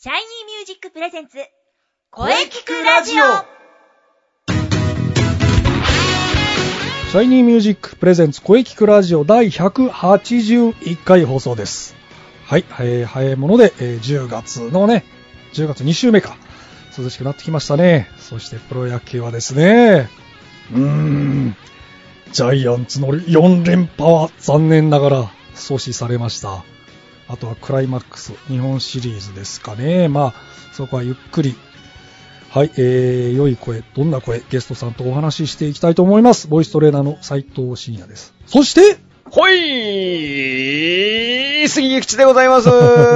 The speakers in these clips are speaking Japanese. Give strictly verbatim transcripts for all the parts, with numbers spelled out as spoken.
シャイニーミュージックプレゼンツ声聞くラジオ。 シャイニーミュージックプレゼンツ声聞くラジオだいひゃくはちじゅういっかい放送です。はい、えー、早いもので、えー、じゅうがつのねじゅうがつに週目か、涼しくなってきましたね。そしてプロ野球はですね、うーんジャイアンツのよん連覇は残念ながら阻止されました。あとはクライマックス日本シリーズですかね。まあそこはゆっくり、はい、えー、良い声、どんな声、ゲストさんとお話ししていきたいと思います。ボイストレーナーの斉藤慎也です。そしてほい杉菊池でございます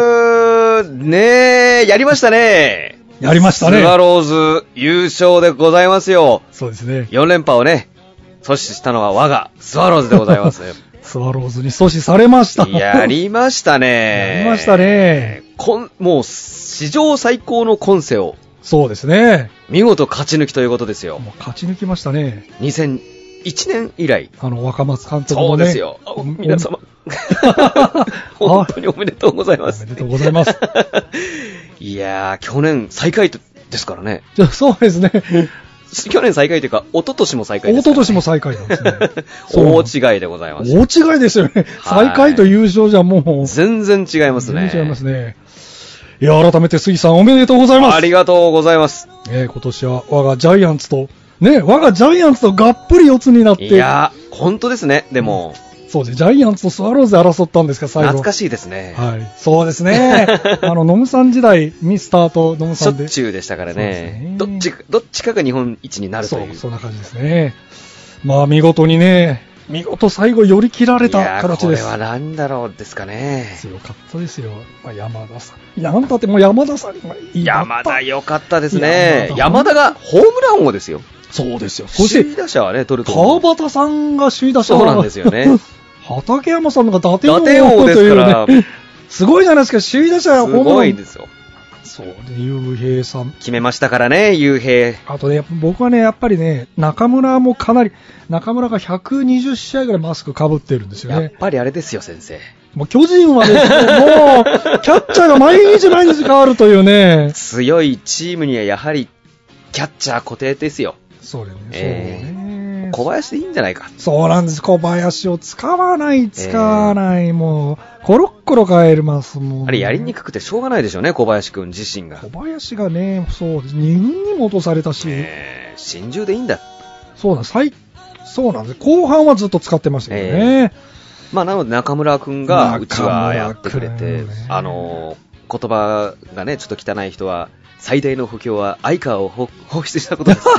ねえ、やりましたね。 やりましたね。 スワローズ優勝でございますよ。 そうですね。 よん連覇をね阻止したのは我がスワローズでございますスワローズに阻止されました。 やりましたね。 やりましたね。 こんもう史上最高の今世を、 そうですね、 見事勝ち抜きということですよ。 もう勝ち抜きましたね。 にせんいちねん以来、 あの若松監督もね。 そうですよ。皆様本当におめでとうございます。 おめでとうございます。 いやー、去年最下位ですからね。 じゃそうですね。 去年最下位というか、一昨年も最下位ですからね。 一昨年も最下位なんですね。 大違いでございます。 大違いですよね。最下位と優勝じゃもう。 全然違いますね。 全然違いますね。いや、改めて杉さんおめでとうございます。 ありがとうございます。 えー、今年は我がジャイアンツと、ね、我がジャイアンツとがっぷり四つになって。 いやー、本当ですね。でも、 うん、そうです。ジャイアンツとスワローズで争ったんですか、最後。 懐かしいですね。 はい。そうですね。あの、ノムさん時代、ミスターとノムさんで。 しょっちゅうでしたからね。ね、どっち、どっちかが日本一になるという。 そう、そんな感じですね。まあ、見事にね、見事最後寄り切られた形です。 いや、これは何だろうですかね。 強かったですよ。まあ、山田さん。いや、なんだってもう山田さんがいい。 山田良かったですね。山田、山田がホームラン王ですよ。 そうですよ。そして、 首位打者はね、取ると川端さんが首位打者。 そうなんですよね。 畠山さんのが打点王というね。 すごいじゃないですか、首位打者はホームラン。 すごいですよ。 そうね、雄平さん。 決めましたからね、雄平。 あとね、僕はね、やっぱりね、中村もかなり、中村がひゃくにじゅっしあいぐらいマスク被ってるんですよね。 やっぱりあれですよ、先生。 もう巨人はですね、もう、キャッチャーが毎日毎日変わるというね。 強いチームにはやはり、キャッチャー固定ですよ。 そうだよね。 えー、 そうね。 小林でいいんじゃないか。 そうなんです。小林を使わない、使わない、えー、もう、コロッコロ変えますもん、ね。 あれやりにくくてしょうがないでしょうね、小林くん自身が。 小林がね、そうです。に軍にも落とされたし。 えー、心中でいいんだ。 そうなんです。そうなんです。後半はずっと使ってましたけどね。えー、 まあ、なので中村くんがうちはやってくれて、ね、あの、言葉がね、ちょっと汚い人は、最大の不況は相川を放出したことですね。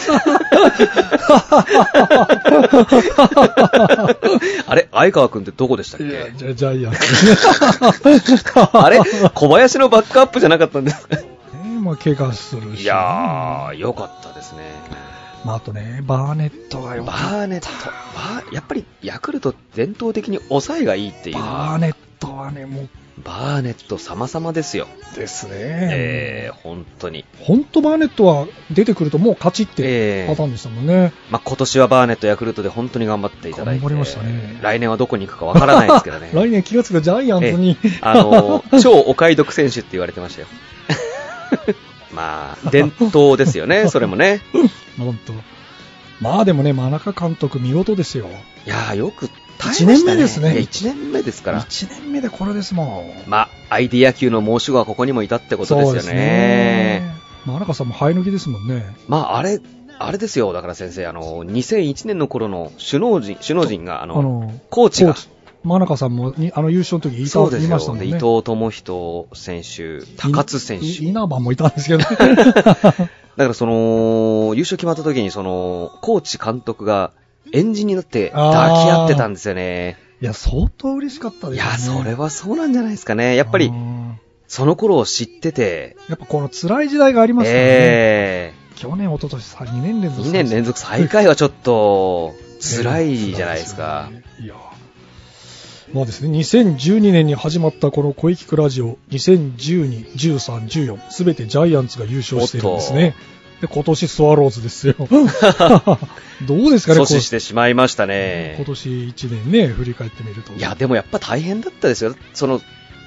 あれ相川くんってどこでしたっけ？ いや、ジャジャイアンツ。 あれ小林のバックアップじゃなかったんですか？ えー、まあ、怪我するし、ね。 いやー、よかったですね。 まあ、あとね、バーネットがよかった。 バーネット。バー、やっぱりヤクルト伝統的に抑えがいいっていうのは。 バーネットはね、もう。 バーネット様々ですよ。 ですね。 えー、本当に。 本当バーネットは出てくるともう勝ちってパターンでしたもんね。えー、 まあ、今年はバーネットヤクルトで本当に頑張っていただいて。 頑張りましたね。 来年はどこに行くかわからないですけどね。 来年気がつくジャイアンツに。 えー、あの、超お買い得選手って言われてましたよ。まあ、伝統ですよね、それもね。 本当。まあでもね、真中監督見事ですよ。 いやー、よくいちねんめですね。 いちねんめですから。 いちねんめでこれですもん。 まあ、アイディ野球の申し子がここにもいたってことですよね。そうですね。 真中さんも生え抜きですもんね。 まあ、あれ、あれですよ。だから先生、あの、にせんいちねんの頃の首脳陣、首脳陣が、あの、あのコーチが。 真中さんもにあの優勝の時いた、 そうですよ。 いましたもんね。 伊藤智人選手、高津選手。 稲葉もいたんですけどね。 だからその、優勝決まった時にその、コーチ監督が円陣になって抱き合ってたんですよね。 いや、相当嬉しかったですね。 いや、それはそうなんじゃないですかね。やっぱり、その頃を知ってて。 やっぱこの辛い時代がありますからね。 えー、 去年、一昨年さ、にねん連続。 にねん連続最下位はちょっと、辛いじゃないですか。えー、ですね、いや。 まあですね、にせんじゅうにねんに始まったこの声聞くラジオ、にせんじゅうに、じゅうさん、じゅうよん、すべてジャイアンツが優勝しているんですね。で、今年スワローズですよ。どうですかね、 阻止してしまいましたね。 今年いちねんね、振り返ってみると。 いや、でもやっぱ大変だったですよ。その、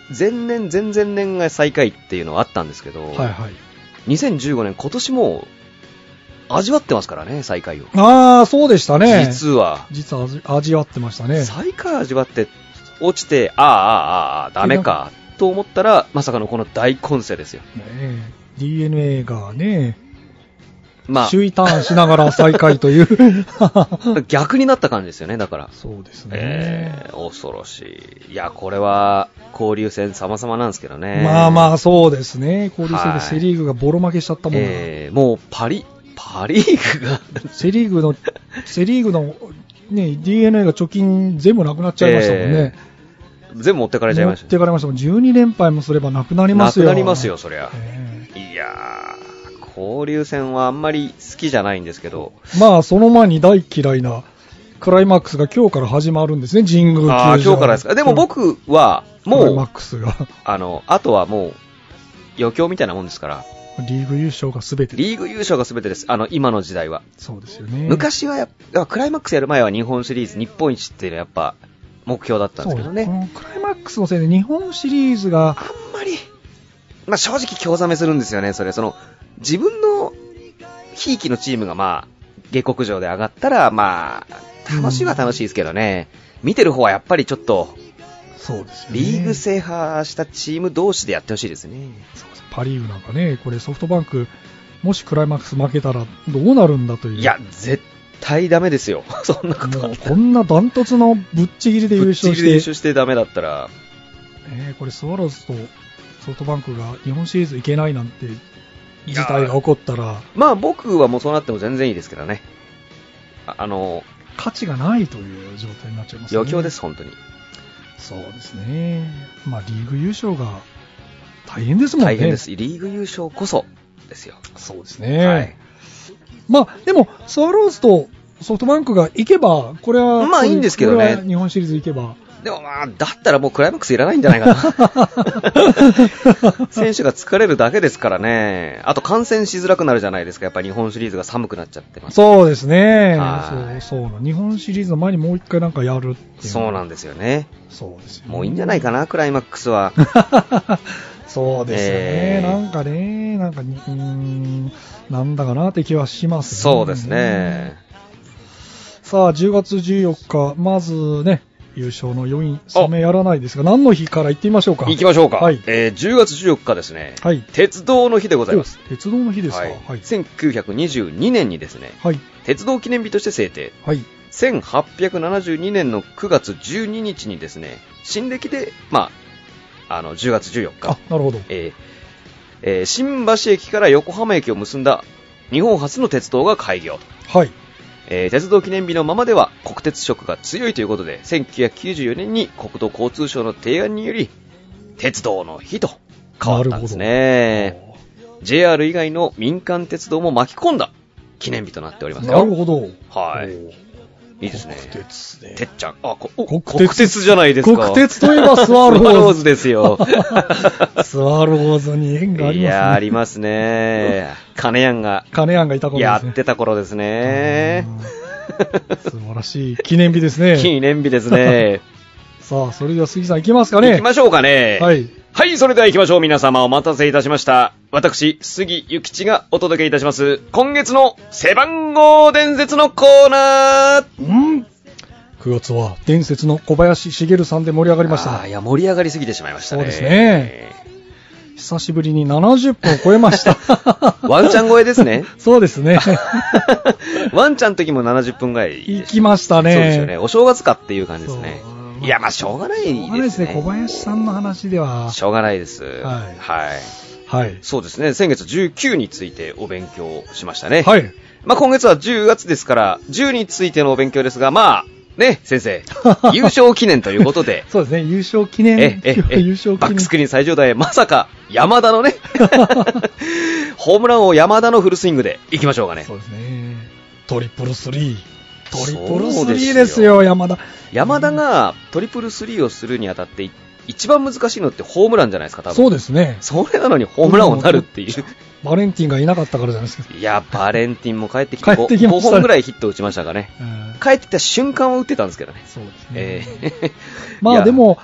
前年、前々年が最下位っていうのはあったんですけど、 はいはい。 にせんじゅうごねん、今年も味わってますからね、最下位を。 ああ、そうでしたね。 実は。 実は味味わってましたね。 最下位味わって落ちて、ああ、ああ、ああ、ダメか、と思ったら、まさかのこの大混戦ですよ。 ねえ、ディーエヌエー がね、 まあ、 首位ターンしながら最下位という。 逆になった感じですよね、だから。 そうですね。 えー、恐ろしい。いや、これは、交流戦様々なんですけどね。 まあまあ、そうですね。交流戦でセリーグがボロ負けしちゃったもんな、 えー、もう、パリ、パリーグが。 セリーグの、セリーグの、ね、ディーエヌエー が貯金全部なくなっちゃいましたもんね。 えー、全部持ってかれちゃいました、ね。 持ってかれましたもん。じゅうに連敗もすればなくなりますよ。 なくなりますよ、そりゃ。 えー、いやー。交流戦はあんまり好きじゃないんですけど、 まあその前に大嫌いなクライマックスが今日から始まるんですね、神宮球場。 ああ、今日からですか。でも僕はもうクライマックスがあのあとはもう余興みたいなもんですから、 リーグ優勝がすべて。 リーグ優勝がすべてです。あの今の時代は。 そうですよね。 昔はやっぱクライマックスやる前は日本シリーズ日本一っていうのはやっぱ目標だったんですけどね。 このクライマックスのせいで日本シリーズがあんまり、まあ正直興ざめするんですよね。それその自分のひいきのチームがまあ下克上で上がったらまあ楽しいは楽しいですけどね、うん、見てる方はやっぱりちょっとそうですよね、 リーグ制覇したチーム同士でやってほしいですね。 そうそう、パリーグなんかね、これソフトバンクもしクライマックス負けたらどうなるんだという。 いや絶対ダメですよそんなことは。 こんなダントツのぶっちぎりで優勝して、ぶっちぎりで優勝してダメだったら、 えー、これスワローズとソフトバンクが日本シリーズ行けないなんて事態が起こったら、 まあ僕はもうそうなっても全然いいですけどね。あ、あの価値がないという状態になっちゃいますね。 余興です本当に。 そうですね。まあリーグ優勝が大変ですもんね。 大変です。リーグ優勝こそですよ。 そうですね。 はい、 まあでもスワローズとソフトバンクが行けばこれはまあいいんですけどね。 日本シリーズ行けば。 でもまあ、だったらもうクライマックスいらないんじゃないかな。選手が疲れるだけですからね。あと観戦しづらくなるじゃないですか。やっぱり日本シリーズが寒くなっちゃってます。 そうですね。そうそう。日本シリーズの前にもう一回なんかやるっていう。 そうなんですよね。 そうですよね。 もういいんじゃないかな、クライマックスは。 そうですよね。えー、なんかね、なんかに、うーん、なんだかなって気はしますね。 そうですね。 さあ、じゅうがつじゅうよっか、まずね、優勝のよんい、サメやらないですが、何の日から行ってみましょうか。 行きましょうか。 はい。 えー、じゅうがつじゅうよっかですね。 はい。 鉄道の日でございます。 鉄道の日ですか。はい。 はい、せんきゅうひゃくにじゅうにねんにですね。 はい。 鉄道記念日として制定。 はい。 せんはっぴゃくななじゅうにねんのくがつじゅうににちにですね、新暦で、まあ、あの、じゅうがつじゅうよっか。 あ、なるほど。 えーえー、新橋駅から横浜駅を結んだ日本初の鉄道が開業。 はい。 えー、鉄道記念日のままでは国鉄色が強いということで、せんきゅうひゃくきゅうじゅうよねんに国土交通省の提案により、鉄道の日と変わったんですね。ジェイアール 以外の民間鉄道も巻き込んだ記念日となっておりますよ。 なるほど。 はい。いいですね。 国鉄ね。 てっちゃん。あ、こ国鉄。国鉄じゃないですか。 国鉄といえばスワローズ。 スワローズですよ。 スワローズに縁がありますね。 いや、ありますね。金やんが。 金やんがいた頃ですね。 やってた頃ですね。 素晴らしい記念日ですね。 記念日ですね。 さあ、それでは杉さん行きますかね。 行きましょうかね。 はい。 はい、それでは行きましょう。皆様お待たせいたしました。私、杉ゆきちがお届けいたします。今月の背番号伝説のコーナー。 うん。くがつは伝説の小林茂さんで盛り上がりました。 あ、いや、盛り上がりすぎてしまいましたね。 そうですね。久しぶりにななじゅっぷんを超えました。 ワンチャン超えですね。 そうですね。 ワンチャンの時もななじゅっぷんぐらい。 行きましたね。 そうですよね。お正月かっていう感じですね。いや、まあ、しょうがないですね。 しょうがないですね。小林さんの話では。 しょうがないです。 はい。 はい。 はい。 そうですね。先月じゅうくについてお勉強しましたね。 はい。 まあ、今月はじゅうがつですから、じゅうについてのお勉強ですが、まあ、ね、先生、優勝記念ということで。 そうですね、優勝記念。 え、え、え、優勝記念。バックスクリーン最上段へ、まさか、山田のね、ホームランを山田のフルスイングで行きましょうかね。 そうですね。トリプルスリー。トリプルスリーですよ、山田。 山田がトリプルスリーをするにあたって、一番難しいのってホームランじゃないですか、多分。 そうですね。 それなのにホームランをなるっていう。 バレンティンがいなかったからじゃないですか。 いや、バレンティンも帰ってきて帰ってきました、ね、 ごほんぐらいヒット打ちましたかね。帰ってきた瞬間は打ってたんですけどね。 そうですね。 えー、 まあでも、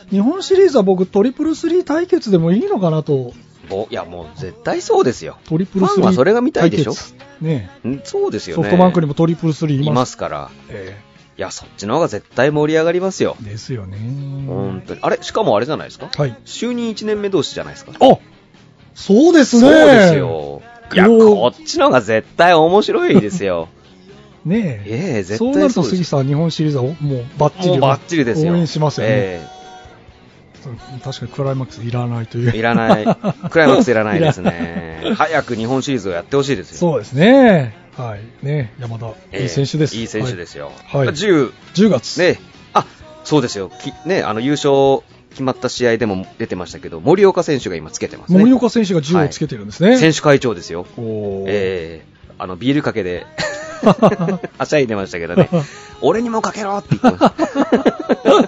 日本シリーズは僕トリプルスリー対決でもいいのかなと。 いやもう絶対そうですよ。 トリプルスリー対決。 ファンはそれが見たいでしょ。 ね、 そうですよね。 ソフトバンクにもトリプルスリーいます。 いますから。 えー、いや、そっちの方が絶対盛り上がりますよ。 ですよね。 本当に。あれ、しかもあれじゃないですか。 はい。 就任いちねんめ同士じゃないですか。 あ、そうですね。 そうですよ。いや、こっちの方が絶対面白いですよ。 ねえ。 ええ、絶対そうなると杉さん、日本シリーズはもうバッチリ。 もうバッチリですよ。 応援しますよね。ええ確かにクライマックスいらないという。 いらない。クライマックスいらないですね。早く日本シリーズをやってほしいですよ。 そうですね。はい。ね、山田、えー、いい選手です。 いい選手ですよ。 はい。 じゅうがつ。 ね。あ、そうですよ。きね、あの、優勝決まった試合でも出てましたけど、森岡選手が今つけてますね。 森岡選手がじゅうをつけてるんですね。はい、 選手会長ですよ。 おえー、あの、ビールかけで、はしゃいでましたけどね。俺にもかけろって言ってました。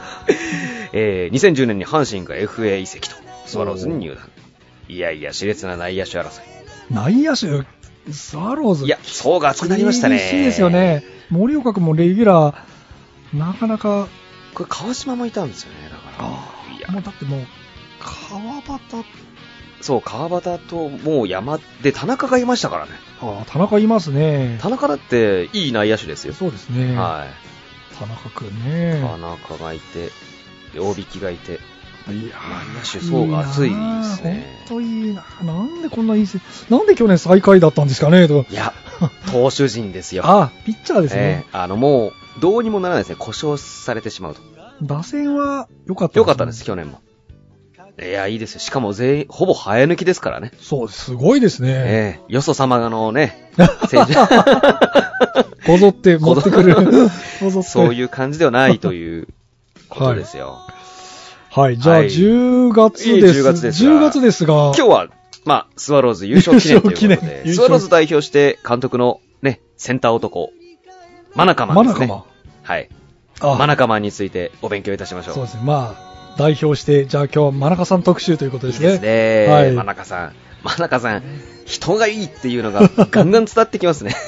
えー、にせんじゅうねんに阪神が エフエー 移籍とスワローズに入団。いやいや、熾烈な内野手争い。 内野手、スワローズ。 いや、層が厚くなりましたね。 厳しいですよね。森岡君もレギュラー、なかなか。 これ川島もいたんですよね、だから。 あいやもうだってもう、川端。 そう、川端ともう山で田中がいましたからね。 ああ、田中いますね。 田中だっていい内野手ですよ。 そうですね。 はい。 田中君ね。 田中がいて、大引きがいて。 いや内野手層が厚いですね。 本当いいな。なんでこんないいせ、なんで去年最下位だったんですかねと。 いや、投手陣ですよ。 あ、ピッチャーですね。 えー、あのもうどうにもならないですね。故障されてしまうと。 打線は良かったです、 ね。良かったです去年も。いやいいですよ。しかも全員ほぼ生え抜きですからね。 そうすごいですね。 ええー、よそ様のね選手こぞって持ってくるこぞってそういう感じではないということですよ。 はいはい、じゃあじゅうがつです。はい、じゅうがつです。じゅうがつですが。 今日は、まあ、スワローズ優勝記念ということで、スワローズ代表して監督のね、センター男、マナカマンですね。マナカマン。はい。あマナカマンについてお勉強いたしましょう。 そうですね。まあ、代表して、じゃあ今日はマナカさん特集ということですね。 いいですね。はい。マナカさん。マナカさん、人がいいっていうのがガンガン伝わってきますね。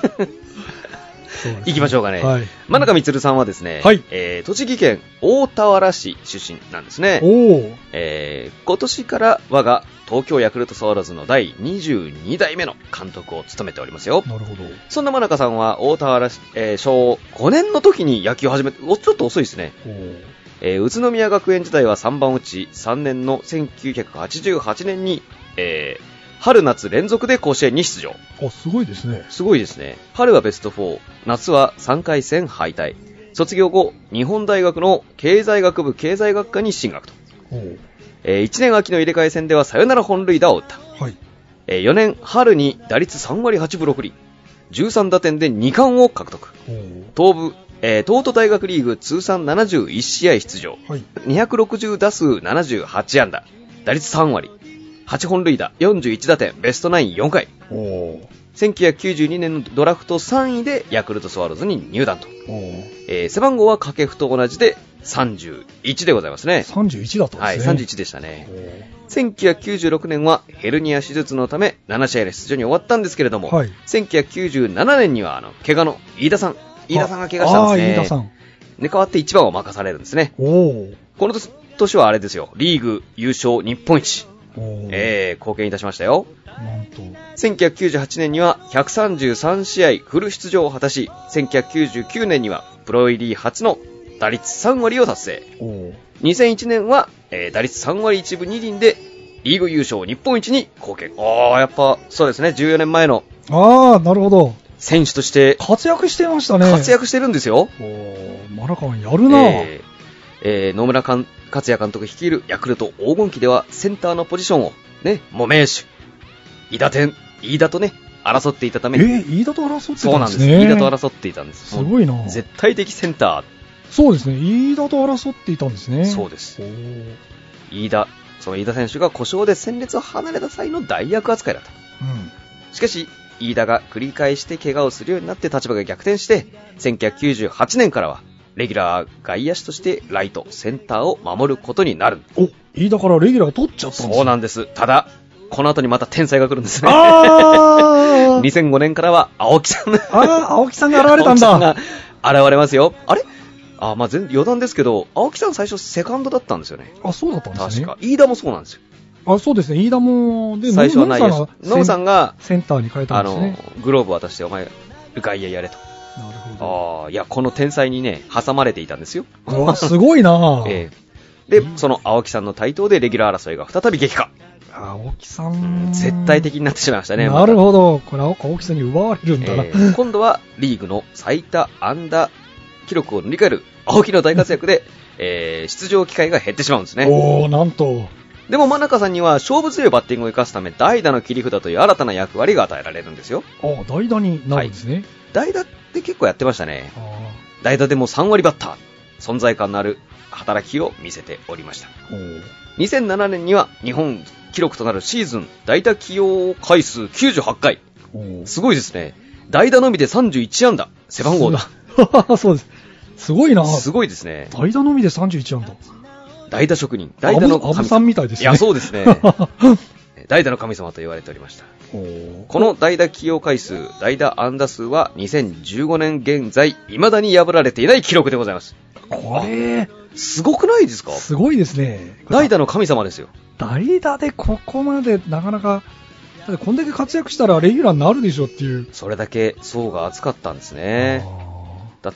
行きましょうかね。はい、真中満さんはですね、はいえー、栃木県大田原市出身なんですね。おえー、今年から我が東京ヤクルトスワローズのだいにじゅうにだいめの監督を務めておりますよ。 なるほど。 そんな真中さんは大田原市、えー、小ごねんの時に野球を始めて、おちょっと遅いですね。えー、宇都宮学園時代はさんばん打ち、さんねんのせんきゅうひゃくはちじゅうはちねんに、えー春夏連続で甲子園に出場。 あ、すごいですね。 すごいですね。春はベストよん、夏はさんかい戦敗退。卒業後、日本大学の経済学部経済学科に進学と。えー、いちねん秋の入れ替え戦ではサヨナラ本塁打を打った。はい。えー、よねん春に打率さんわりはちぶろくりん、じゅうさんだてんでに冠を獲得。東部、えー、東都大学リーグ通算ななじゅういち試合出場。はい。にひゃくろくじゅうだすうななじゅうはちあんだ。打率さんわり。はちほんるいだ、よんじゅういちだてん、ベストナインよんかい。せんきゅうひゃくきゅうじゅうにねんのドラフトさんいでヤクルトスワローズに入団と。えー、背番号は掛布と同じでさんじゅういちでございますね。 さんじゅういちだったんですね。 はい、さんじゅういちでしたね。せんきゅうひゃくきゅうじゅうろくねんはヘルニア手術のためなな試合で出場に終わったんですけれども、はい、せんきゅうひゃくきゅうじゅうななねんにはあの怪我の飯田さん、飯田さんが怪我したんですね。 ああ、飯田さん。 で、代わっていちばんを任されるんですね。おこの年はあれですよ、リーグ優勝日本一。えー、貢献いたしましたよ。なんとせんきゅうひゃくきゅうじゅうはちねんにはひゃくさんじゅうさん試合フル出場を果たし、せんきゅうひゃくきゅうじゅうきゅうねんにはプロ入り初の打率さんわりを達成。にせんいちねんは、えー、打率さんわりいちぶにりんでリーグ優勝日本一に貢献。あー、やっぱそうですね、じゅうよねんまえのあー、なるほど、 選手として活躍してましたね。 活躍してるんですよ。 おー、マラカンやるな、 えーえー、野村克也監督率いるヤクルト黄金期ではセンターのポジションをね、もう名手飯田天飯田とね争っていたため、 えー、飯田と争ってたんですね。 そうなんです。飯田と争っていたんです。 すごいな。 絶対的センター。 そうですね。飯田と争っていたんですね。 そうです。飯田、その飯田選手が故障で戦列を離れた際の代役扱いだった。うん。しかし飯田が繰り返して怪我をするようになって立場が逆転して、せんきゅうひゃくきゅうじゅうはちねんからはレギュラー外野手としてライト、センターを守ることになる。 お、飯田からレギュラー取っちゃったんですか。 そうなんです。ただ、この後にまた天才が来るんですね。あにせんごねんからは青木さん。 ああ、青木さんが現れたんだ。 青木さんが現れますよ。あれあ、まあ、全余談ですけど、青木さん最初セカンドだったんですよね。 あ、そうだったんですね。 確か。飯田もそうなんですよ。 あ、そうですね。飯田も、で、 最初は内野手。ノムさんが、 センターに変えたんですね。 あの、グローブ渡して、お前、外野やれと。 なるほど。ああ、いや、この天才にね、挟まれていたんですよ。 あ、すごいなええ。で、その青木さんの台頭でレギュラー争いが再び激化。 青木さん。 絶対的になってしまいましたね。 なるほど。これ青木さんに奪われるんだな。えー、今度はリーグの最多安打記録を塗り替える青木の大活躍で、えー、出場機会が減ってしまうんですね。 おー、なんと。 でも真中さんには勝負強いバッティングを生かすため代打の切り札という新たな役割が与えられるんですよ。 ああ、代打になるんですね。はい、 代打って結構やってましたね。代打でもさん割バッター、存在感のある働きを見せておりました。にせんななねんには日本記録となるシーズン代打起用回数きゅうじゅうはちかい。すごいですね。代打のみでさんじゅういち安打。背番号だ。 そうです。すごいな。 すごいですね。 代打のみでさんじゅういち安打。 代打職人。代打の神様。 アブさんみたいですね。 いや、そうですね。代打の神様と言われておりました。この代打起用回数、代打安打数はにせんじゅうごねん現在、未だに破られていない記録でございます。 これ、 すごくないですか？ すごいですね。 代打の神様ですよ。 代打でここまでなかなか、だってこんだけ活躍したらレギュラーになるでしょっていう。 それだけ層が厚かったんですね。だって、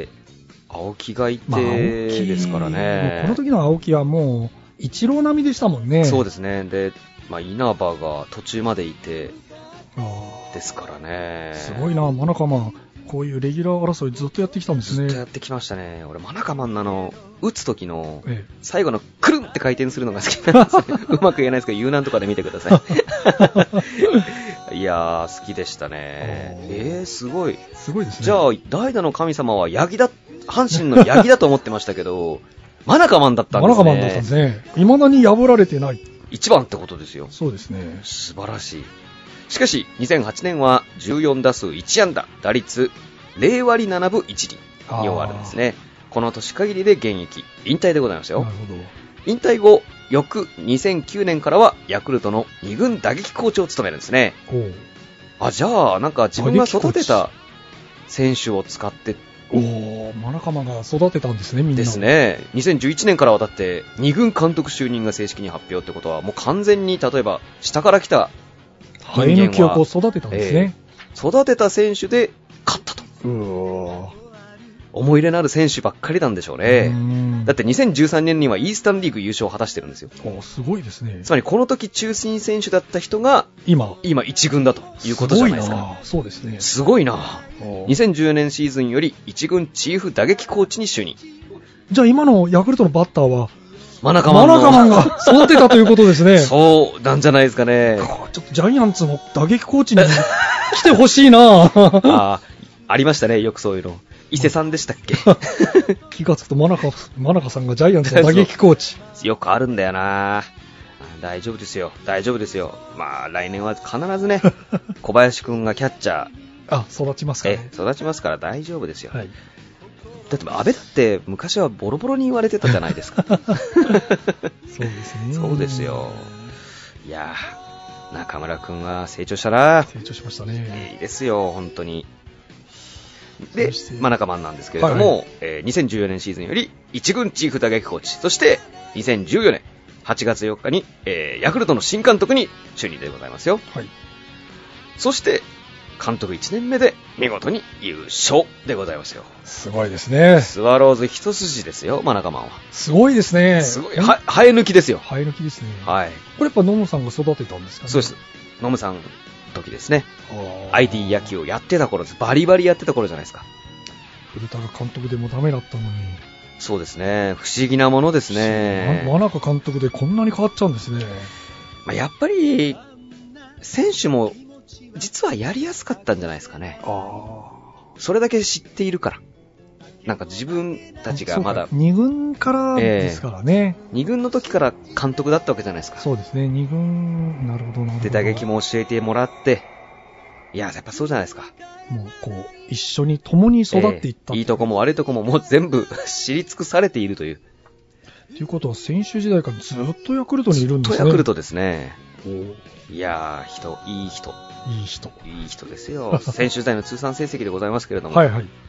青木がいてですからね。 まあ、この時の青木はもう、イチロー並みでしたもんね。 そうですね。で、まあ、稲葉が途中までいて、ですからね。 すごいな、真中マン。こういうレギュラー争いずっとやってきたんですね。 ずっとやってきましたね。俺、真中マンのあの、打つ時の、最後のくるんって回転するのが好きなんですよ。うまく言えないですけど、ユーナンとかで見てください。いやー、好きでしたね。えー、すごい。 すごいですね。 じゃあ、代打の神様は、ヤギだ、阪神のヤギだと思ってましたけど、真中マンだったんですね。 真中マンだったんですね。未だに破られてない。 一番ってことですよ。 そうですね。 素晴らしい。しかし、にせんはちねんはじゅうよん打数いち安打、打率ゼロ割ななぶいち厘に終わるんですね。この年限りで現役、引退でございますよ。 なるほど。 引退後、翌にせんきゅうねんからはヤクルトのに軍打撃コーチを務めるんですね。あ、じゃあ、なんか自分が育てた選手を使って、 おー、真中マンが育てたんですね、みんな。 ですね。にせんじゅういちねんからはだって、に軍監督就任が正式に発表ってことは、もう完全に、例えば、下から来た人間は、 ハエの記憶を育てたんですね、 えー。育てた選手で勝ったと。 うー思い入れのある選手ばっかりなんでしょうね。うだってにせんじゅうさんねんにはイースタンリーグ優勝を果たしてるんですよ。 お、すごいですね。 つまりこの時中心選手だった人が今今一軍だということじゃないですか。 すごいな。そうですね。 すごいな。にせんじゅうよねんシーズンより一軍チーフ打撃コーチに就任。 じゃあ今のヤクルトのバッターは真中マンの真中マンが育てたということですね。 そうなんじゃないですかね。 ちょっとジャイアンツの打撃コーチに来てほしいな。 あありましたね、よくそういうの。伊勢さんでしたっけ気がつくと真中、真中さんがジャイアンツの打撃コーチ。 よくあるんだよな。大丈夫ですよ、大丈夫ですよ。まあ来年は必ずね、小林くんがキャッチャー。 あ、育ちますからね。 え、育ちますから大丈夫ですよ。 はい。 だって安倍だって昔はボロボロに言われてたじゃないですか。 そうですね。 そうですよ。いやー、中村くんは成長したな。 成長しましたね。 いいですよ、本当に。で、真中マンなんですけれども、はいはい、えー、にせんじゅうよねんシーズンより一軍チーフ打撃コーチ、そしてにせんじゅうよねんはちがつよっかに、えー、ヤクルトの新監督に就任でございますよ。 はい。 そして監督いちねんめで見事に優勝でございますよ。 すごいですね。 スワローズ一筋ですよ、真中マンは。 すごいですね。 すごい。は、生え抜きですよ。 生え抜きですね。 はい。 これやっぱノムさんが育てたんですかね。 そうです。ノムさんの時ですね。アイティー 野球をやってた頃です。バリバリやってた頃じゃないですか。 古田が監督でもダメだったのに。 そうですね。不思議なものですね。 真中監督でこんなに変わっちゃうんですね。 まあ、やっぱり、選手も、実はやりやすかったんじゃないですかね。 あそれだけ知っているから。なんか自分たちがまだ。 に軍からですからね、 えー。に軍の時から監督だったわけじゃないですか。 そうですね。に軍、なるほどなるほど。 で、打撃も教えてもらって、いや、やっぱそうじゃないですか。 もう、こう、一緒に共に育っていった、 えー。いいとこも悪いとこももう全部知り尽くされているという。 ということは、選手時代からずっとヤクルトにいるんですね。 ずっとヤクルトですね。いやー、人、いい人。 いい人。 いい人ですよ。選手時代の通算成績でございますけれども。 はいはい。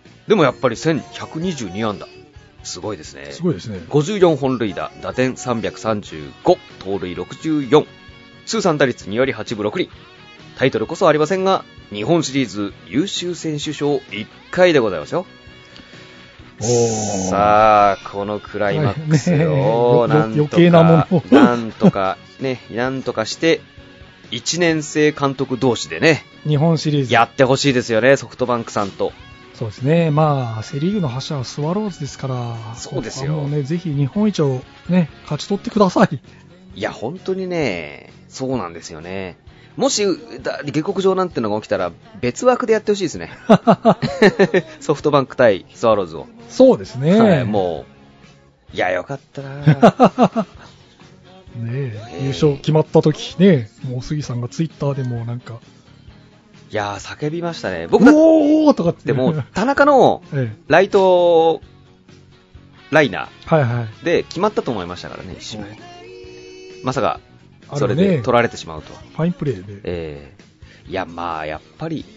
でもやっぱりせんひゃくにじゅうにあんだ。すごいですね。 すごいですね。 ごじゅうよんほん塁打、打点さんびゃくさんじゅうご、盗塁ろくじゅうよん、通算打率にわりはちぶろくりん。タイトルこそありませんが、日本シリーズ優秀選手賞いっかいでございますよ。 おー、 さあ、このクライマックスを、 ね、 なんとか、 余計なものなんとか、ね、なんとかして、いちねん生監督同士でね、 日本シリーズやってほしいですよね、ソフトバンクさんと。 そうですね。まあ、セリーグの覇者はスワローズですから、 そうですよ。 もうね、ぜひ日本一をね、勝ち取ってください。 いや、本当にね、そうなんですよね。もし、だ下克上なんてのが起きたら、別枠でやってほしいですね。ソフトバンク対スワローズを。 そうですね。 はい、もう、いや、よかったなねえ、優勝決まった時ね、もう杉さんがツイッターでもなんか、 いやー、叫びましたね。僕だって、 おーとかって。 でも、田中のライトライナーで決まったと思いましたからね、一瞬。まさか、それで取られてしまうと。 ファインプレーで。 えー、いや、まあ、やっぱり。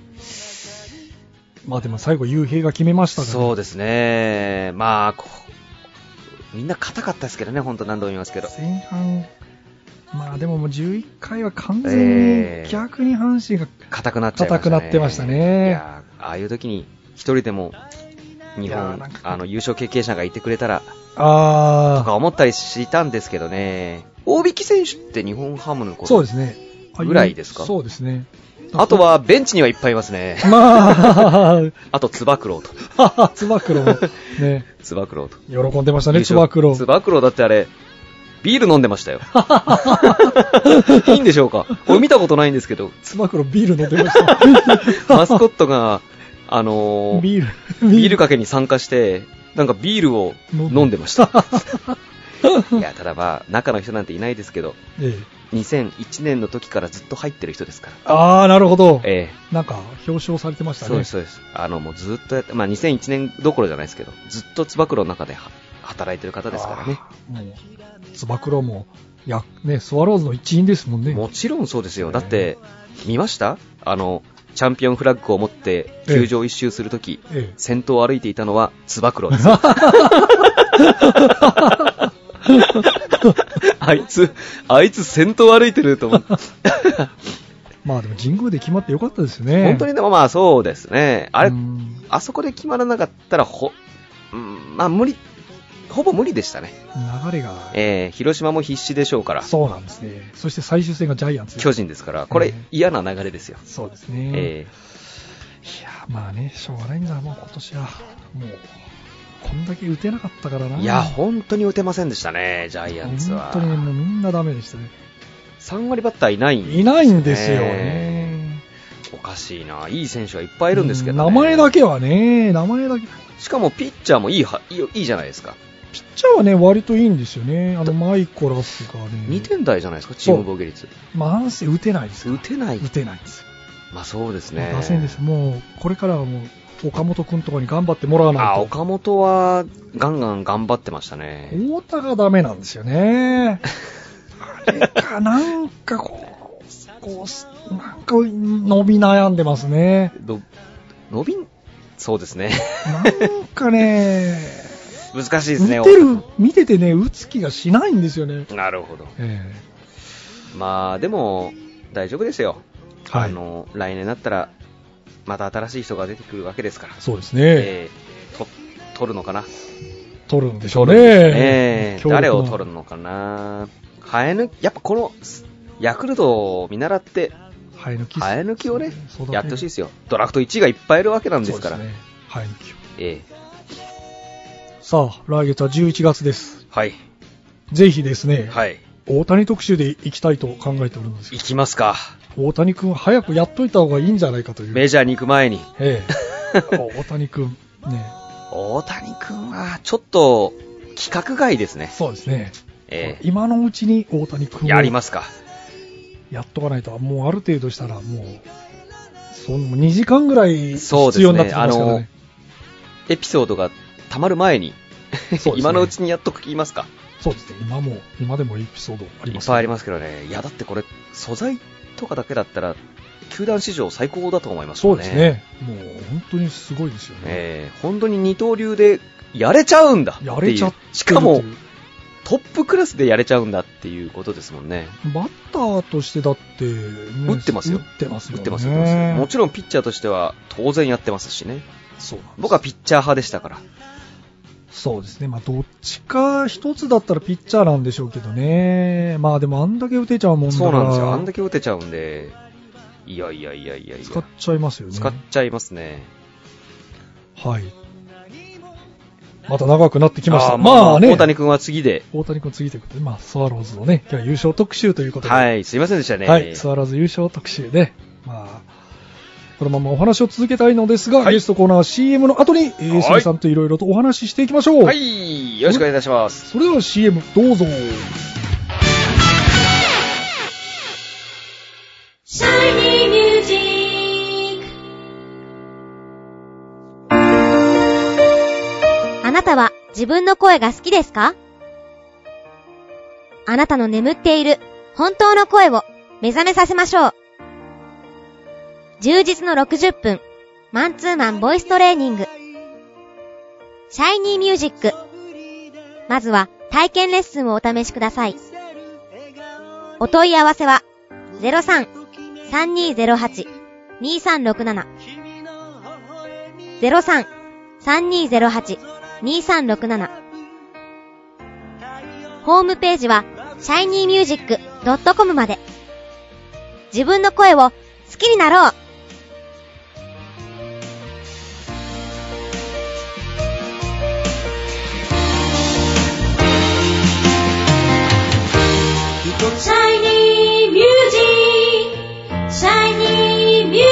まあでも最後、雄平が決めましたからね。 そうですね。まあ、こみんな硬かったですけどね、本当何度も言いますけど。 前半、まあでももうじゅういっかいは完全に逆に阪神が硬くなっちゃいましたね。 硬くなってましたね。 いや、ああいう時に一人でも日本あの優勝経験者がいてくれたらあとか思ったりしたんですけどね。大引選手って日本ハムの頃そうですねぐらいですか？ そうですね。 あとはベンチにはいっぱいいますね。 まあ、 あとつば九郎と。 つば九郎ね。 つば九郎と。 喜んでましたね、つば九郎。 つば九郎だってあれ。ビール飲んでましたよ。いいんでしょうか？俺見たことないんですけど。 つば九郎ビール飲んでました。 マスコットが、あのー、 ビール、 ビールかけに参加して、なんかビールを飲んでました。いや、ただまあ、中の人なんていないですけど、ええ、にせんいちねんの時からずっと入ってる人ですから。 あー、なるほど。 ええ。 なんか、表彰されてましたね。 そうです、そうです。あの、もうずっとやって、まあにせんいちねんどころじゃないですけど、ずっとつば九郎の中で働いてる方ですからね。 もうつば九郎もや、ね、スワローズの一員ですもんね。 もちろんそうですよ。だって、見ました？あの、チャンピオンフラッグを持って球場一周するとき、ええ、先頭を歩いていたのはつば九郎です。あいつ、あいつ先頭歩いてると思って。 まあでも神宮で決まってよかったですよね。 本当にでもまあそうですね。あれ、あそこで決まらなかったらほ、うん、まあ無理、ほぼ無理でしたね。 流れが。 えー、広島も必死でしょうから。 そうなんですね。そして最終戦がジャイアンツ。 巨人ですから、これ、えー、嫌な流れですよ。 そうですね。えー、いや、まあね、しょうがないんだ、もう今年は。もう、こんだけ打てなかったからな。 いや、本当に打てませんでしたね、ジャイアンツは。 本当にね、もうみんなダメでしたね。 さんわりバッターいないんです、ね、 いないんですよね。 おかしいな。いい選手はいっぱいいるんですけどね。 名前だけはね、名前だけ。 しかもピッチャーもいいはいい、いいじゃないですか。 ピッチャーはね、割といいんですよね。あの、マイコラスがね。 にてん台じゃないですか、チーム防御率。 まあ、なんせ打てないです。 打てない。 打てないです。 まあそうですね。 打線です。もう、これからはもう、岡本くんとかに頑張ってもらわないと。 あ、岡本は、ガンガン頑張ってましたね。 太田がダメなんですよね。あれか、なんかこう、こう、なんか伸び悩んでますね。 伸びん、そうですね。 なんかね、 難しいですね。 打てる、見ててね、打つ気がしないんですよね。 なるほど。 えー、まあ、でも、大丈夫ですよ。 はい、 あの、来年になったら、また新しい人が出てくるわけですから。 そうですね。 えー、と、取るのかな。 取るんでしょうね。 えー、誰を取るのかな。生え抜き、やっぱこの、ヤクルトを見習って、 生え抜き、 生え抜きをね、やってほしいですよ。ドラフトいちいがいっぱいいるわけなんですから。 そうですね。生え抜きを。 ええ。 さあ、来月はじゅういちがつです。 はい。 ぜひですね、 はい。 大谷特集で行きたいと考えておるんです。 行きますか。 大谷くん、早くやっといた方がいいんじゃないかという。 メジャーに行く前に。 ええ。大谷くん、ね。 大谷くんは、ちょっと、規格外ですね。 そうですね。 ええ。 今のうちに大谷くんを。 やりますか。 やっとかないと、もうある程度したら、もう、そのにじかんぐらい必要になってきますからね。そうですね。あの、 エピソードが溜まる前に、ね、今のうちにやっとく言いますか。 そうですね。今も、今でもエピソードあります、ね。 いっぱいありますけどね。いや、だってこれ、素材とかだけだったら、 球団史上最高だと思いますよね。そうですね。もう本当にすごいですよね。 えー、本当に二刀流でやれちゃうんだっていう。 やれちゃってる。 しかも、トップクラスでやれちゃうんだっていうことですもんね。 バッターとしてだって、ね、 打ってますよ。 打ってますよね。 打ってますよ。もちろんピッチャーとしては当然やってますしね。 そうなんです。 僕はピッチャー派でしたから。 そうですね。まあ、どっちか一つだったらピッチャーなんでしょうけどね。まあでもあんだけ打てちゃうもんだから。 そうなんですよ。あんだけ打てちゃうんで、いやいやいやいやいや。 使っちゃいますよね。 使っちゃいますね。 はい。また長くなってきました。 あまあ、まあね。大谷君は次で。 大谷君次ということで、まあ、スワローズのね、今日は優勝特集ということで。 はい、すいませんでしたね。 はい、スワローズ優勝特集で、まあ、このままお話を続けたいのですが、はい、ゲストコーナー シーエム の後に、えー、杉さんといろいろとお話ししていきましょう。 はい、よろしくお願いいたします。 それでは シーエム どうぞ。 シャイニーミュージック。あなたは自分の声が好きですか？あなたの眠っている本当の声を目覚めさせましょう。充実のろくじゅっぷんマンツーマンボイストレーニング。シャイニーミュージック。まずは体験レッスンをお試しください。お問い合わせは ゼロさん さんにーゼロはち にーさんろくなな ゼロさん さんにーゼロはち にーさんろくなな。ホームページは シャイニーミュージックドットコム まで。自分の声を好きになろう。シャイニーミュージック、シャイニーミュージッ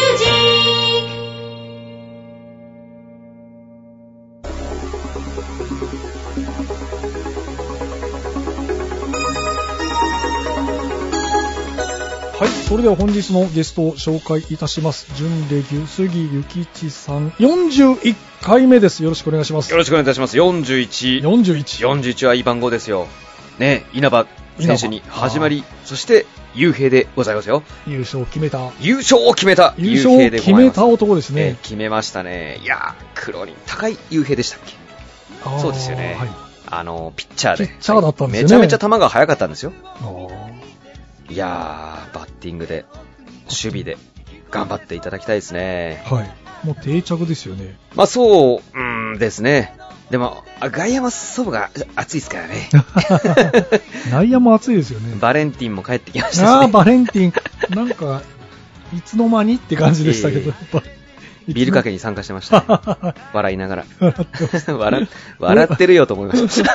はい、それでは本日のゲストを紹介いたします。準レギュ杉ゆきちさん、よんじゅういっかいめです。よろしくお願いします。 よろしくお願いいたします。よんじゅういち。 よんじゅういち。 よんじゅういちはいい番号ですよ。ね、稲葉選手に始まり、そして雄平でございますよ。 優勝を決めた。 優勝を決めた。 優勝を決めた男ですね。 えー、決めましたね。いやー、黒に高い雄平でしたっけ？そうですよね。はい、あのピッチャーで。 ピッチャーだったんですよね。 めちゃめちゃ球が速かったんですよ。 あいやー、バッティングで、守備で頑張っていただきたいですね。 はい。もう定着ですよね。 まあそう、うんですね。でも、外野もそばが熱いですからね。 内野も熱いですよね。 バレンティンも帰ってきましたし、ね。 ああ、バレンティン。なんか、いつの間にって感じでしたけど。えー、 ビールかけに参加してました、ね。笑いながら。笑, 笑ってるよと思いました。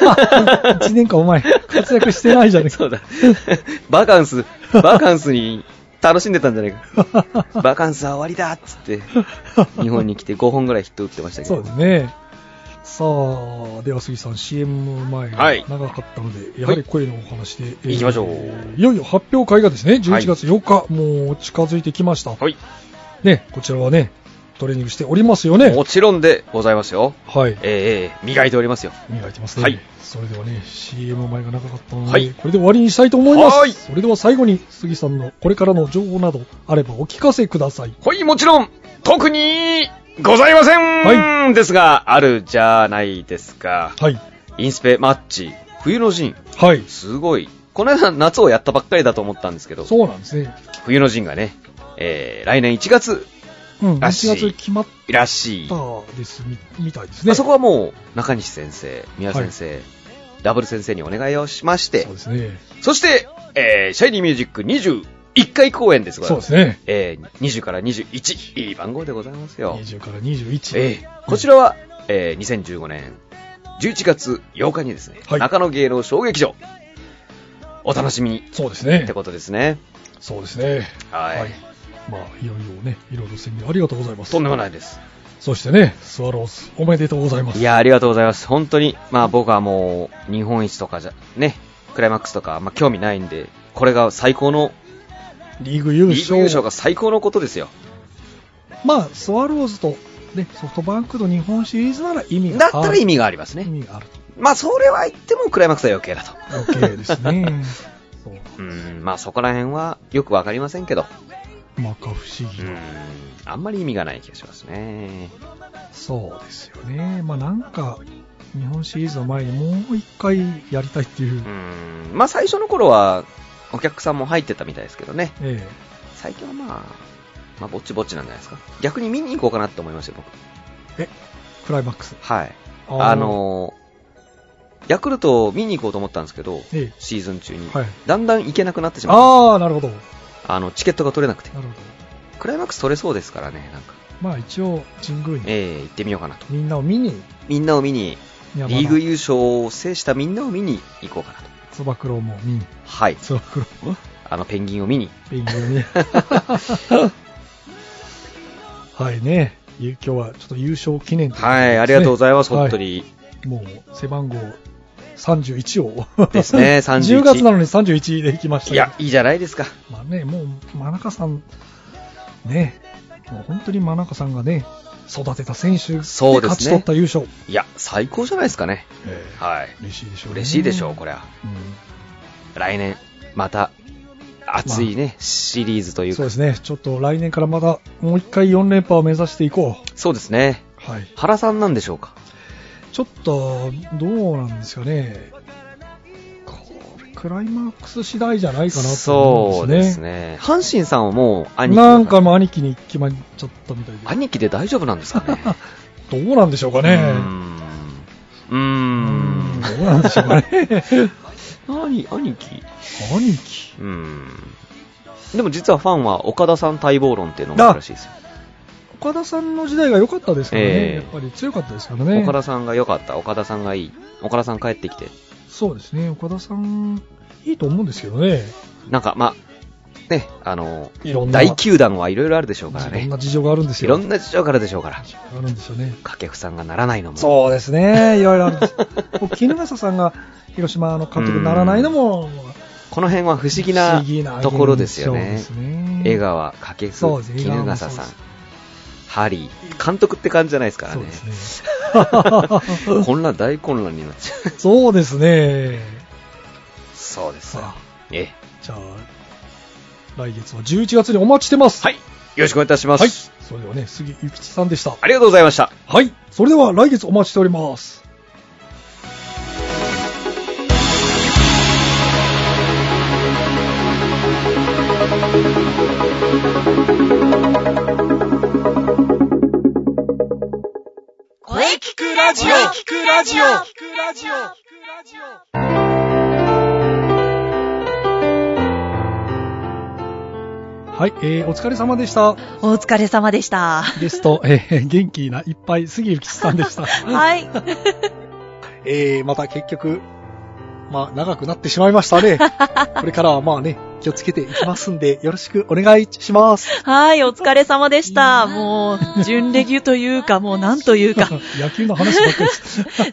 一年間お前、活躍してないじゃねえか。 そうだ。バカンス、バカンスに楽しんでたんじゃないか。バカンスは終わりだっつって、日本に来てごほんぐらいヒット打ってましたけど。 そうですね。さあ、では杉さん シーエム 前が長かったので、はい、やはり声のお話で、 はい、行きましょう、 えー。いよいよ発表会がですね、じゅういちがつよっか、はい、もう近づいてきました。 はい。 ね、こちらはね、トレーニングしておりますよね。 もちろんでございますよ。 はい。 えー、磨いておりますよ。 磨いてますね。 はい。 それではね、シーエム 前が長かったので、 はい、 これで終わりにしたいと思います。 はい。 それでは最後に杉さんのこれからの情報などあればお聞かせください。 はい、もちろん、特にございません、はい、ですが、あるじゃないですか。 はい。 インスペマッチ、冬の陣。 はい。 すごい。この間夏をやったばっかりだと思ったんですけど。 そうなんですね。 冬の陣がね、えー、来年いちがつらしい。 うん、いちがつ決まったらしい。 ですみ、みたいですね。 そこはもう、中西先生、宮先生、はい、ダブル先生にお願いをしまして。 そうですね。 そして、えー、シャイニーミュージックにじゅういっかい公演です。 そうですね。 えー、にじゅうからにじゅういち、いい番号でございますよ。 にじゅうからにじゅういち。 えー、こちらは、えー、にせんじゅうごねんじゅういちがつようかにですね、はい、中野芸能小劇場、お楽しみに。 そうですね。 ってことですね。 そうですね。 はい。はい、 まあ、いよいよね、いろいろ宣伝ありがとうございます。 とんでもないです。 そしてね、スワローズ、おめでとうございます。 いや、ありがとうございます。本当に、まあ僕はもう、日本一とかじゃ、ね、クライマックスとか、まあ興味ないんで、これが最高の、 リーグ優勝。 リーグ優勝が最高のことですよ。 まあ、スワローズと、ね、ソフトバンクの日本シリーズなら意味がある。 だったら意味がありますね。 意味があると。 まあ、それは言ってもクライマックスは余計だと。 余計ですね。 そう。うん、まあそこら辺はよくわかりませんけど、 摩訶不思議。 うん。あんまり意味がない気がしますね。 そうですよね。まあなんか、日本シリーズの前にもう一回やりたいっていう。 うん。まあ最初の頃はお客さんも入ってたみたいですけどね。 ええ。 最近はまあ、まあぼっちぼっちなんじゃないですか。逆に見に行こうかなって思いましたよ、僕。 え、クライマックス。 はい。 あ, あのー、ヤクルトを見に行こうと思ったんですけど、 ええ、 シーズン中に、 はい。 だんだん行けなくなってしまった。 ああ、なるほど。 あの、チケットが取れなくて。 なるほど。 クライマックス取れそうですからね、なんか。 まあ一応、神宮に。 ええー、行ってみようかなと。 みんなを見に。 みんなを見に、リーグ優勝を制したみんなを見に行こうかなと。 つば九郎も見に。 はい。 つば九郎。 あの、ペンギンを見に。 ペンギンを見に。はいね。今日はちょっと優勝記念ということで、ね。 はい、ありがとうございます、本当に。 はい、もう、背番号さんじゅういちを。 ですね、さんじゅういち。 じゅうがつなのにさんじゅういちで行きました。 いや、いいじゃないですか。 まあね、もう、真中さん、ね、もう本当に真中さんがね、育てた選手で勝ち取った優勝。 いや、最高じゃないですかね。 えー、 はい。 嬉しいでしょうね。 嬉しいでしょう、これは。 うん、 来年、また、熱いね、まあ、シリーズというか。 そうですね。ちょっと来年からまた、もう一回よん連覇を目指していこう。 そうですね。 はい。 原さんなんでしょうか。 ちょっと、どうなんですかね。これ、クライマックス次第じゃないかなと思うんですね。そうですね。 阪神さんはもう兄貴なんかもう兄貴に決まっちゃったみたいで。 兄貴で大丈夫なんですかね。 どうなんでしょうかね。うーん。うーん。 どうなんでしょうかね。 何、兄貴兄貴うーん。でも実はファンは岡田さん待望論っていうのがあるらしいですよ。 岡田さんの時代が良かったですからね、えー、やっぱり強かったですからね。 岡田さんが良かった、岡田さんがいい、岡田さん帰ってきて。 そうですね、岡田さんいいと思うんですけどね。 なんかまあね、あのいろんな大球団はいろいろあるでしょうからね。 いろんな事情があるんですよ。 いろんな事情があるでしょうから。 あるんですよね。 掛布さんがならないのも。 そうですね、いろいろあるんです。衣笠さんが広島の監督にならないのも。 この辺は不思議なところですよね。 ね、 江川、掛布、衣笠さん、ハリー、監督って感じじゃないですからね。 そうですね。 混乱、大混乱になっちゃう。 そうですね。 そうです。えじゃあ、来月はじゅういちがつにお待ちしてます。 はい。よろしくお願いいたします。 はい。それではね、杉ゆきちさんでした。 ありがとうございました。 はい。それでは来月お待ちしております。 声聞くラジオ聞くラジオ聞くラジオはい、えー、お疲れ様でした。 お疲れ様でした。 ゲスト、えー、元気ないっぱい杉ゆきちさんでした。 はい。 えー、また結局、まあ、長くなってしまいましたね。これからはまあね、気をつけていきますんで、よろしくお願いします。 はい、お疲れ様でした。もう、準レギュというか、もうなんというか。 野球の話ばっかりです。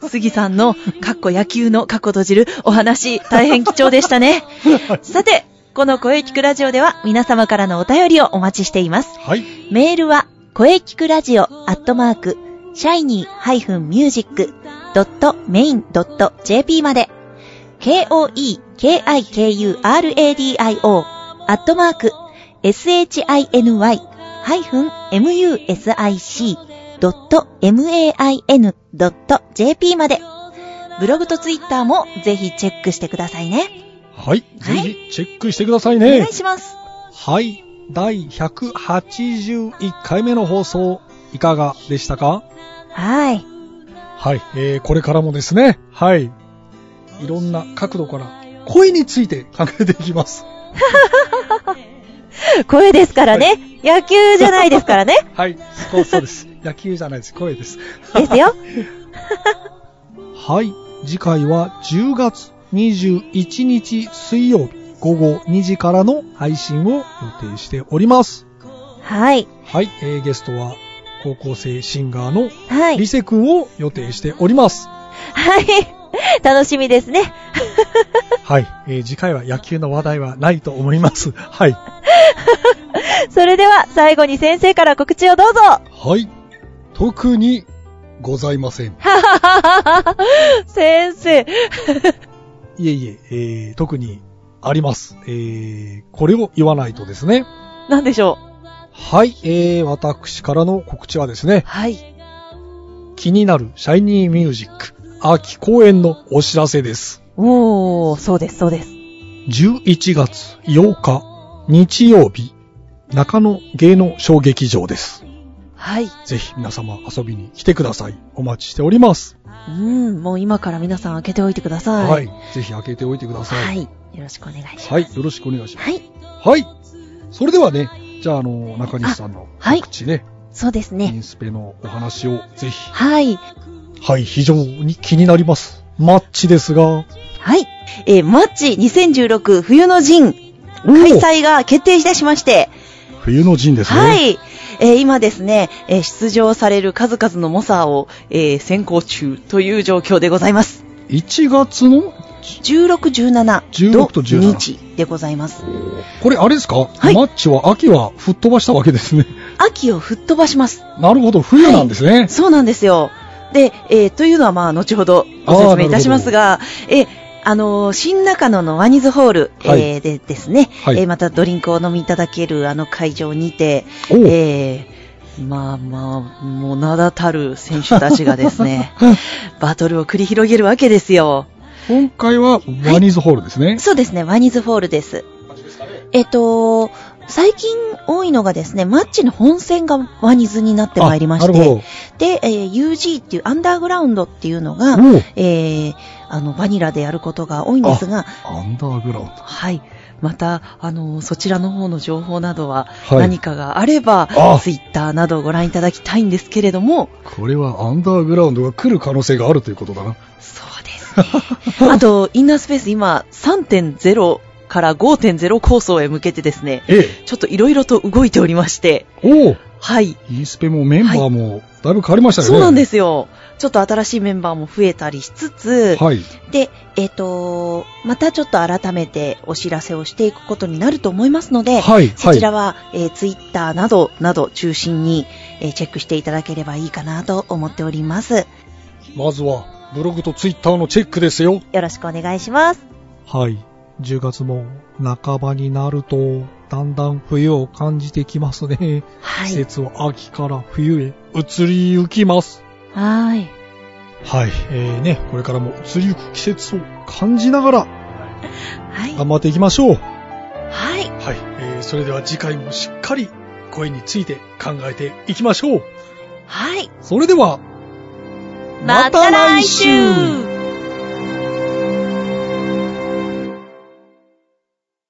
杉さんの、かっこ野球のかっこ閉じるお話、大変貴重でしたね。さて、この声聞くラジオでは、皆様からのお便りをお待ちしています。 はい。 メールは、声聞くラジオアットマーク、シャイニー ミュージック ドット メイン ドット ジェーピー まで、ケーオーイーケーアイケーユーアールエーディーアイオー アットマーク シャイニー ミュージック ドット メイン ドット ジェーピー まで、ブログとツイッターもぜひチェックしてくださいね。 はい。ぜひチェックしてくださいね。 お願いします。 はい。だいひゃくはちじゅういっかいめの放送、いかがでしたか？ はい。 はい。えー、これからもですね、はい。いろんな角度から声について考えていきます。 声ですからね、はい。野球じゃないですからね。 はい。そうそうです。野球じゃないです。声です。 ですよ。 はい。次回はじゅうがつにじゅういちにち水曜日ごごにじからの配信を予定しております。 はい。 はい。えー、ゲストは高校生シンガーのはいリセ君を予定しております。 はい。楽しみですね。 はい、えー。次回は野球の話題はないと思います。はい。 それでは最後に先生から告知をどうぞ。 はい。特にございません。 先生。 いえいえ、えー、特にあります。えー、これを言わないとですね。 何でしょはい、えー、私からの告知はですね。 はい。 気になるシャイニーミュージック秋公演のお知らせです。 おー、そうです、そうです。 じゅういちがつようか日曜日、中野芸能小劇場です。 はい。 ぜひ皆様遊びに来てください。お待ちしております。 うん、もう今から皆さん開けておいてください。 はい。ぜひ開けておいてください。 はい。よろしくお願いします。 はい。よろしくお願いします。 はい。 はい。それではね、じゃあ、あの、中西さんの告知ね。はい、 そうですね。 インスペのお話をぜひ。 はい。 はい。非常に気になります。マッチですが。 はい。えー、マッチにせんじゅうろく冬の陣開催が決定いたしまして。 冬の陣ですね。 はい。えー、今ですね、えー、出場される数々の猛者を、えー、選考中という状況でございます。 いちがつのじゅうろく、じゅうなな土日でございます。 これあれですか、はい、マッチは秋は吹っ飛ばしたわけですね。 秋を吹っ飛ばします。 なるほど、冬なんですね。 はい、そうなんですよ。で、えー、というのはまあ後ほどご説明いたしますが、えあのー、新中野のワニズホール、はい、えー、でですね、はい、えー、またドリンクを飲みいただけるあの会場にて、えー、まあまあ、もう名だたる選手たちがですね、バトルを繰り広げるわけですよ。 今回はワニズホールですね。 はい、そうですね、ワニズホールです。えっと、最近多いのがですね、マッチの本戦がワニズになってまいりまして、で、えー、ユージー っていうアンダーグラウンドっていうのが、えー、あの、バニラでやることが多いんですが、 アンダーグラウンド。 はい。また、あの、そちらの方の情報などは、何かがあれば、はい、ツイッターなどをご覧いただきたいんですけれども、 これはアンダーグラウンドが来る可能性があるということだな。 そうですね。あと、インナースペース今、さんてんゼロ から ごてんゼロ 構想へ向けてですね、ええ、ちょっといろいろと動いておりまして、 おお、 はい。 インスペもメンバーもだいぶ変わりましたよね。 そうなんですよ。ちょっと新しいメンバーも増えたりしつつ、 はい。 で、えっと、またちょっと改めてお知らせをしていくことになると思いますので、はい。そちらは、はい、えー、ツイッターなど、など中心に、えー、チェックしていただければいいかなと思っております。 まずは、ブログとツイッターのチェックですよ。 よろしくお願いします。 はい。じゅうがつも半ばになると、だんだん冬を感じてきますね。はい。季節は秋から冬へ移りゆきます。 はい。 はい。えーね、これからも移りゆく季節を感じながら、はい。頑張っていきましょう。はい。はい。えー、それでは次回もしっかり声について考えていきましょう。 はい。 それでは、 また来週